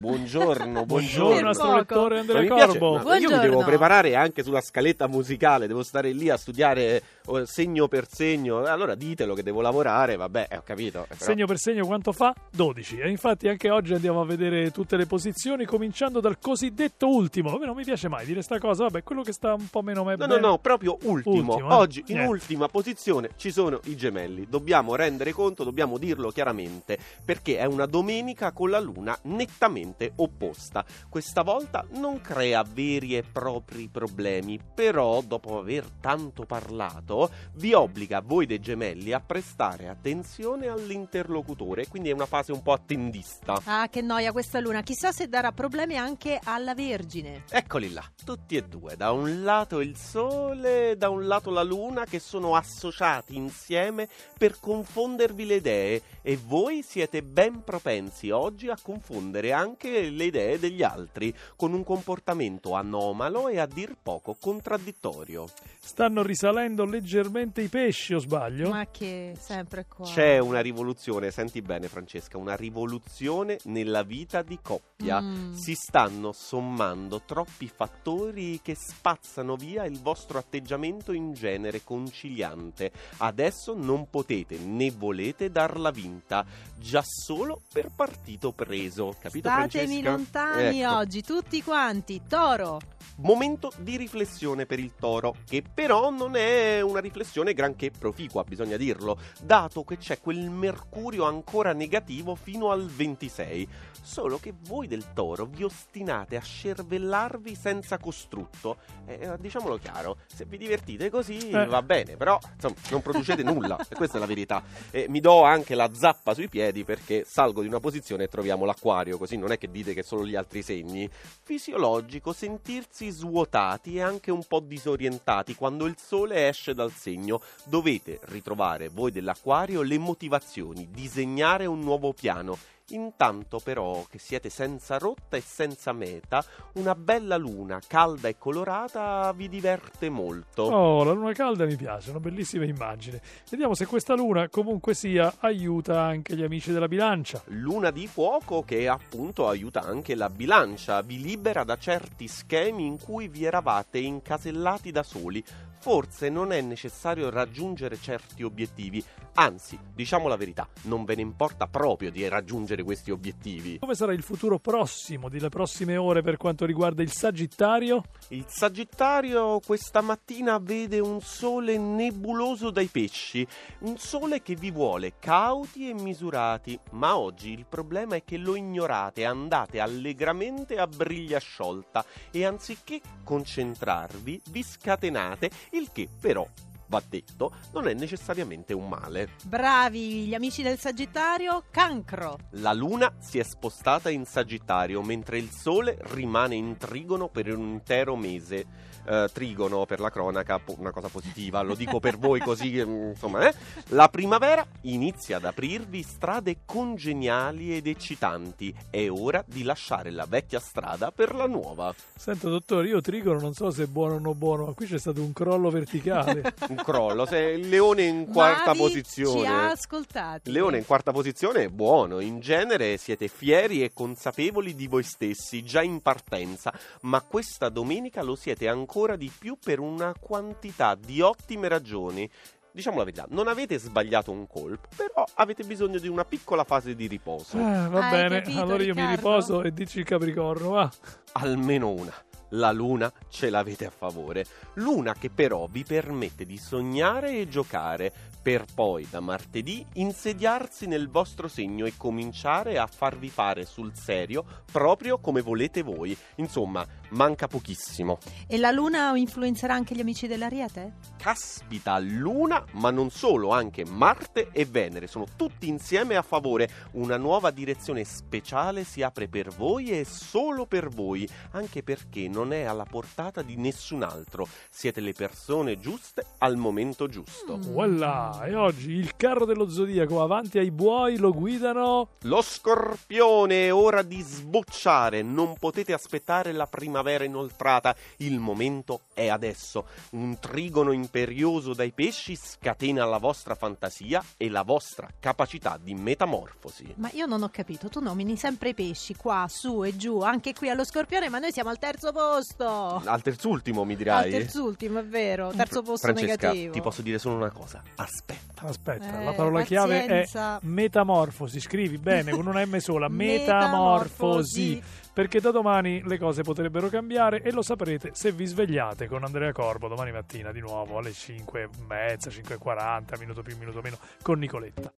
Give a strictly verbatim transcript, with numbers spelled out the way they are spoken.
Buongiorno, buongiorno. Buongiorno, astrolettore Andrea mi piace, Corbo. ma io mi devo preparare anche sulla scaletta musicale, devo stare lì a studiare oh, segno per segno. Allora ditelo che devo lavorare, vabbè, ho capito. Però... Segno per segno quanto fa? dodici. E infatti anche oggi andiamo a vedere tutte le posizioni, cominciando dal cosiddetto ultimo. A me non mi piace mai dire sta cosa, vabbè, quello che sta un po' meno me No, bene. no, no, proprio ultimo. Ultimo, eh? Oggi in Niente. ultima posizione ci sono i gemelli. Dobbiamo rendere conto, dobbiamo dirlo chiaramente, perché è una domenica con la luna nettamente opposta. Questa volta non crea veri e propri problemi, però dopo aver tanto parlato vi obbliga, voi dei gemelli, a prestare attenzione all'interlocutore, quindi è una fase un po' attendista. Ah, che noia questa luna, chissà se darà problemi anche alla Vergine. Eccoli là, tutti e due, da un lato il sole, da un lato la luna, che sono associati insieme per confondervi le idee, e voi siete ben propensi oggi a confondere anche le idee degli altri con un comportamento anomalo e a dir poco contraddittorio. Stanno risalendo leggermente i pesci, o sbaglio? Ma che sempre qua. C'è una rivoluzione, senti bene Francesca, una rivoluzione nella vita di coppia. Mm. Si stanno sommando troppi fattori che spazzano via il vostro atteggiamento in genere conciliante. Adesso non potete né volete darla vinta, già solo per partito preso. Capito, Statemi Francesca? lontani Ecco. oggi, tutti quanti. Toro. Momento di riflessione per il Toro, che però non è una riflessione granché proficua, bisogna dirlo, dato che c'è quel Mercurio ancora negativo fino al ventisei. Solo che voi del Toro vi ostinate a scervellarvi senza costrutto. Eh, diciamolo chiaro, se vi divertite così Eh. va bene, però insomma non producete nulla, e questa è la verità. Eh, mi do anche la zappa sui piedi perché salgo di una posizione e troviamo l'Acquario, così non è che dite che sono gli altri segni. Fisiologico sentirsi svuotati e anche un po' disorientati quando il sole esce dal segno. Dovete ritrovare voi dell'Acquario le motivazioni, disegnare un nuovo piano. Intanto però che siete senza rotta e senza meta, una bella luna calda e colorata vi diverte molto. Oh, la luna calda mi piace, una bellissima immagine. Vediamo se questa luna, comunque sia, aiuta anche gli amici della bilancia. Luna di fuoco che appunto aiuta anche la bilancia, vi libera da certi schemi in cui vi eravate incasellati da soli. Forse non è necessario raggiungere certi obiettivi, anzi, diciamo la verità, non ve ne importa proprio di raggiungere questi obiettivi. Come sarà il futuro prossimo, delle prossime ore, per quanto riguarda il Sagittario? Il Sagittario questa mattina vede un sole nebuloso dai pesci, un sole che vi vuole cauti e misurati, ma oggi il problema è che lo ignorate, andate allegramente a briglia sciolta e anziché concentrarvi vi scatenate, il che però, va detto, non è necessariamente un male. Bravi gli amici del Sagittario. Cancro. La luna si è spostata in Sagittario mentre il sole rimane in Trigono per un intero mese. Eh, trigono, per la cronaca, po- una cosa positiva, lo dico per voi così, mm, insomma, eh. La primavera inizia ad aprirvi strade congeniali ed eccitanti. È ora di lasciare la vecchia strada per la nuova. Senta, dottore, io Trigono non so se è buono o non buono, ma qui c'è stato un crollo verticale. Un crollo, se il leone in quarta Mavi posizione. ci ha ascoltati. Leone in quarta posizione è buono, in genere siete fieri e consapevoli di voi stessi, già in partenza, ma questa domenica lo siete ancora di più per una quantità di ottime ragioni. Diciamo la verità, non avete sbagliato un colpo, però avete bisogno di una piccola fase di riposo. Ah, va Hai bene, capito, allora io mi Riccardo? riposo e dici il Capricorno, va. Almeno una. La luna ce l'avete a favore. Luna che però vi permette di sognare e giocare, per poi da martedì insediarsi nel vostro segno e cominciare a farvi fare sul serio proprio come volete voi. Insomma, manca pochissimo. E la luna influenzerà anche gli amici dell'Ariete? Caspita, luna, ma non solo, anche Marte e Venere sono tutti insieme a favore. Una nuova direzione speciale si apre per voi e solo per voi, anche perché non è alla portata di nessun altro. Siete le persone giuste al momento giusto. Mm. Voilà, e oggi il carro dello zodiaco avanti ai buoi lo guidano... Lo Scorpione, è ora di sbocciare, non potete aspettare la primavera primavera inoltrata. Il momento è adesso. Un trigono imperioso dai pesci scatena la vostra fantasia e la vostra capacità di metamorfosi. Ma io non ho capito, tu nomini sempre i pesci qua, su e giù, anche qui allo Scorpione, ma noi siamo al terzo posto. Al terzultimo mi dirai? Al terzultimo, è vero, terzo posto Francesca, negativo. ti posso dire solo una cosa, aspetta. Aspetta, Eh, la parola chiave pazienza. è metamorfosi. Scrivi bene con una M sola, Metamorfosi. metamorfosi. Perché da domani le cose potrebbero cambiare e lo saprete se vi svegliate con Andrea Corbo domani mattina di nuovo alle cinque e mezza, cinque e quaranta, minuto più, minuto meno, con Nicoletta.